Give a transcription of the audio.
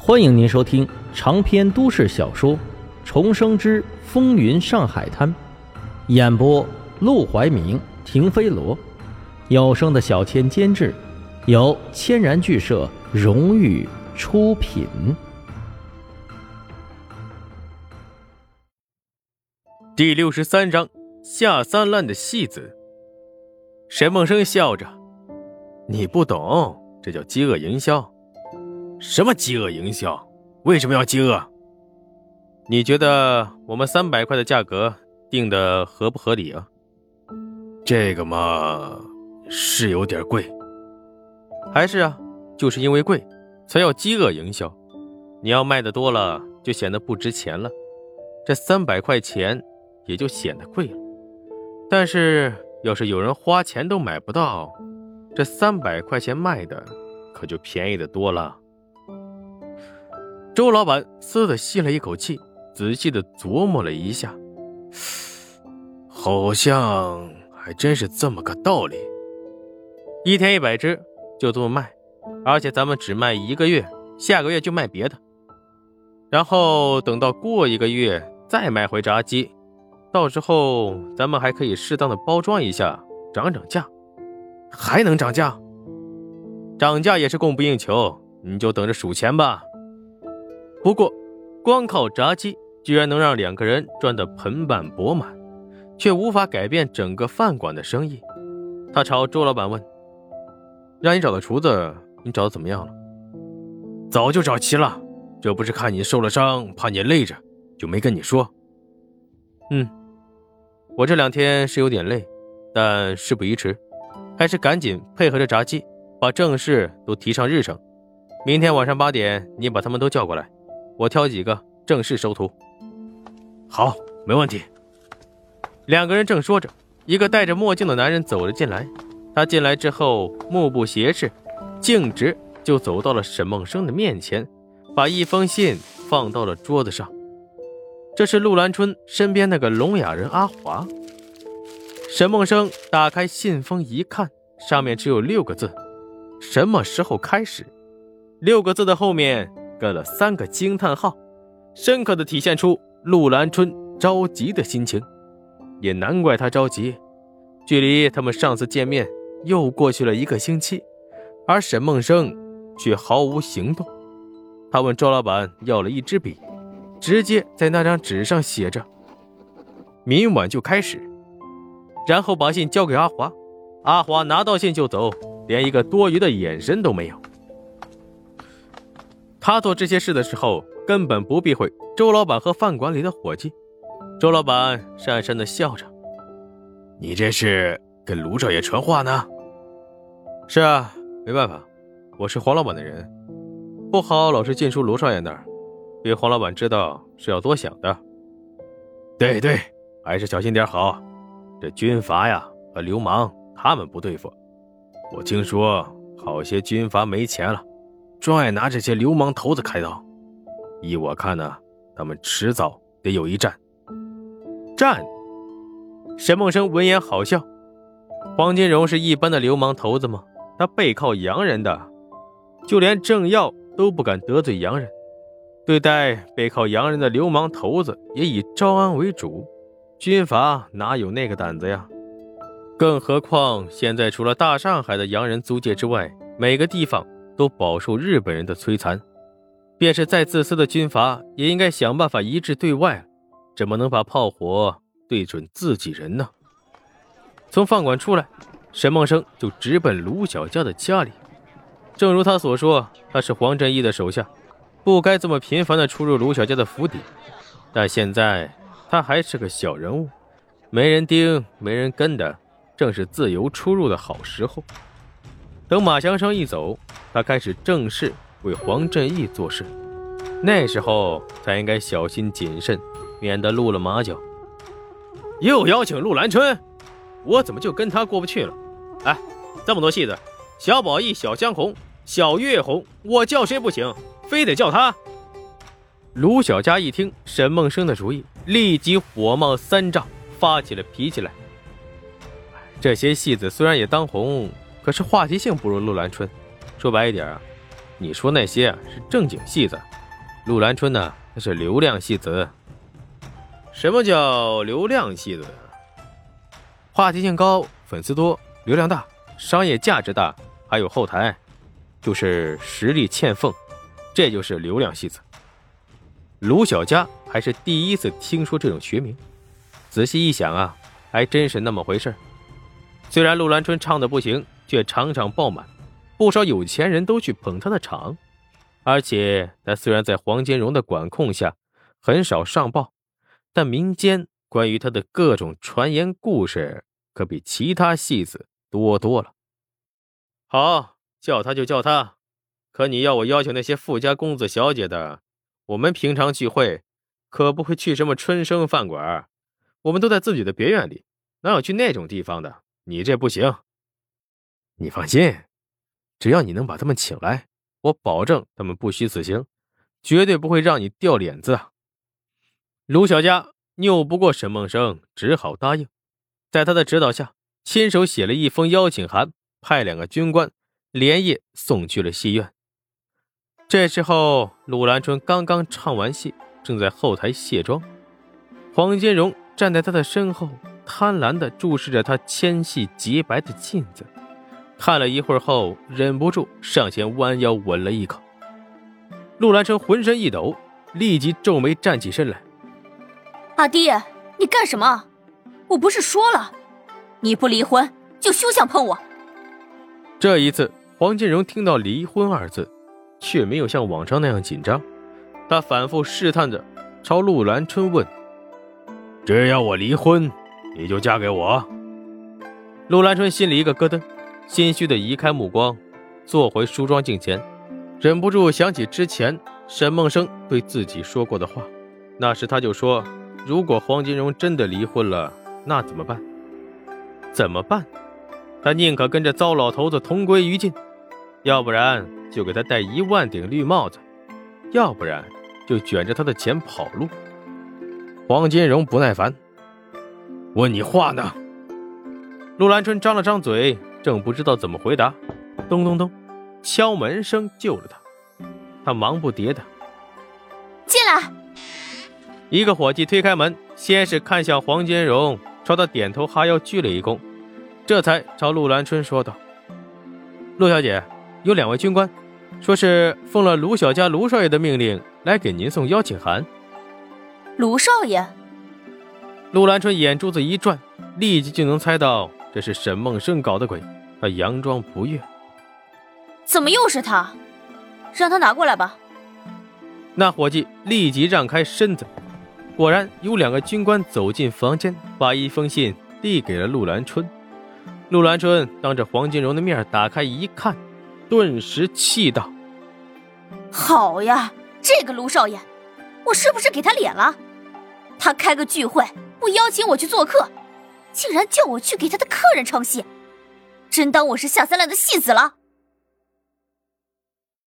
欢迎您收听长篇都市小说《重生之风云上海滩》，演播陆怀明、停飞罗，有声的小千监制，由千然剧社荣誉出品。 第63章下三滥的戏子。沈梦生笑着，你不懂，这叫饥饿营销。 什么饥饿营销？为什么要饥饿？ 你觉得我们300块的价格定的合不合理啊？ 这个嘛，是有点贵。 还是啊，就是因为贵才要饥饿营销。你要卖的多了，就显得不值钱了，这300块钱也就显得贵了。但是要是有人花钱都买不到，这300块钱卖的可就便宜的多了。周老板嗖地吸了一口气，仔细地琢磨了一下， 好像还真是这么个道理。 1天100只，就这么卖，而且咱们只卖1个月，下个月就卖别的，然后等到过1个月再卖回炸鸡，到时候咱们还可以适当的包装一下，涨价。 还能涨价？ 涨价也是供不应求，你就等着数钱吧。不过光靠炸鸡居然能让2个人赚得盆满钵满，却无法改变整个饭馆的生意。他朝周老板问，让你找的厨子你找的怎么样了？ 早就找齐了，这不是看你受了伤，怕你累着，就没跟你说。 我这2天是有点累，但事不宜迟，还是赶紧配合着炸鸡，把正事都提上日程。明天晚上8点你把他们都叫过来，我挑几个正式收徒。 好，没问题。 2个人正说着，一个戴着墨镜的男人走了进来。他进来之后目不斜视，径直就走到了沈梦生的面前，把一封信放到了桌子上。这是陆兰春身边那个聋哑人阿华。沈梦生打开信封一看，上面只有6个字，什么时候开始？6个字的后面跟了3个惊叹号，深刻地体现出陆兰春着急的心情。也难怪他着急，距离他们上次见面又过去了1个星期，而沈梦生却毫无行动。他问周老板要了一支笔，直接在那张纸上写着明晚就开始，然后把信交给阿华。阿华拿到信就走，连一个多余的眼神都没有。他做这些事的时候根本不避讳周老板和饭馆里的伙计。周老板讪讪地笑着， 你这是跟卢少爷传话呢？ 是啊，没办法，我是黄老板的人，不好老是进出卢少爷那儿，被黄老板知道是要多想的。 对，还是小心点好，这军阀呀和流氓他们不对付。我听说好些军阀没钱了，专爱拿这些流氓头子开刀。依我看呢，他们迟早得有一战。 战？沈梦生闻言好笑。黄金荣是一般的流氓头子吗？他背靠洋人的，就连政要都不敢得罪洋人，对待背靠洋人的流氓头子也以招安为主，军阀哪有那个胆子呀？更何况现在除了大上海的洋人租界之外，每个地方都饱受日本人的摧残，便是再自私的军阀也应该想办法一致对外，怎么能把炮火对准自己人呢？从饭馆出来，沈梦生就直奔卢小家的家里。正如他所说，他是黄振义的手下，不该这么频繁地出入卢小家的府邸，但现在他还是个小人物，没人盯没人跟的，正是自由出入的好时候。等马祥生一走，他开始正式为黄振义做事，那时候才应该小心谨慎，免得露了马脚。又邀请陆兰春，我怎么就跟他过不去了？哎，这么多戏子，小宝义、小香红、小月红，我叫谁不行，非得叫他。卢小佳一听沈梦生的主意，立即火冒三丈，发起了脾气来。这些戏子虽然也当红，可是话题性不如陆兰春。说白一点啊，你说那些是正经戏子， 陆兰春呢，那是流量戏子。什么叫流量戏子？话题性高，粉丝多，流量大，商业价值大，还有后台，就是实力欠奉，这就是流量戏子。卢小佳还是第一次听说这种学名，仔细一想啊，还真是那么回事。虽然陆兰春唱的不行，却场场爆满，不少有钱人都去捧他的场。而且他虽然在黄金荣的管控下很少上报，但民间关于他的各种传言故事可比其他戏子多多了。好，叫他就叫他，可你要我邀请那些富家公子小姐的，我们平常聚会可不会去什么春生饭馆，我们都在自己的别院里，哪有去那种地方的？你这不行。你放心，只要你能把他们请来，我保证他们不虚此行，绝对不会让你掉脸子。卢小佳拗不过沈梦生，只好答应。在他的指导下，亲手写了一封邀请函，派2个军官连夜送去了戏院。这时候陆兰春刚刚唱完戏，正在后台卸妆。黄金荣站在他的身后，贪婪地注视着他纤细洁白的镜子，看了一会儿后，忍不住上前弯腰吻了一口。陆兰春浑身一抖，立即皱眉站起身来。 阿弟，你干什么？我不是说了，你不离婚就休想碰我。 这一次黄金荣听到离婚2字，却没有像往常那样紧张，他反复试探着朝陆兰春问，只要我离婚，你就嫁给我？陆兰春心里一个咯噔，心虚地移开目光，坐回梳妆镜前，忍不住想起之前沈梦生对自己说过的话。那时他就说，如果黄金荣真的离婚了，那怎么办？怎么办？他宁可跟着糟老头子同归于尽，要不然就给他戴1万顶绿帽子，要不然就卷着他的钱跑路。黄金荣不耐烦，问你话呢？陆兰春张了张嘴，正不知道怎么回答，咚咚咚，敲门声救了他。他忙不迭的进来。 一个伙计推开门，先是看向黄金荣，朝他点头哈腰鞠了一躬，这才朝陆兰春说道，陆小姐，有2位军官说是奉了卢小佳卢少爷的命令来给您送邀请函。 卢少爷？ 陆兰春眼珠子一转，立即就能猜到这是沈梦生搞的鬼，他佯装不悦。 怎么又是他？让他拿过来吧。 那伙计立即让开身子，果然有2个军官走进房间，把一封信递给了陆兰春。陆兰春当着黄金荣的面打开一看，顿时气道， 好呀，这个卢少爷，我是不是给他脸了？他开个聚会不邀请我去做客，竟然叫我去给他的客人唱戏，真当我是下三滥的戏子了。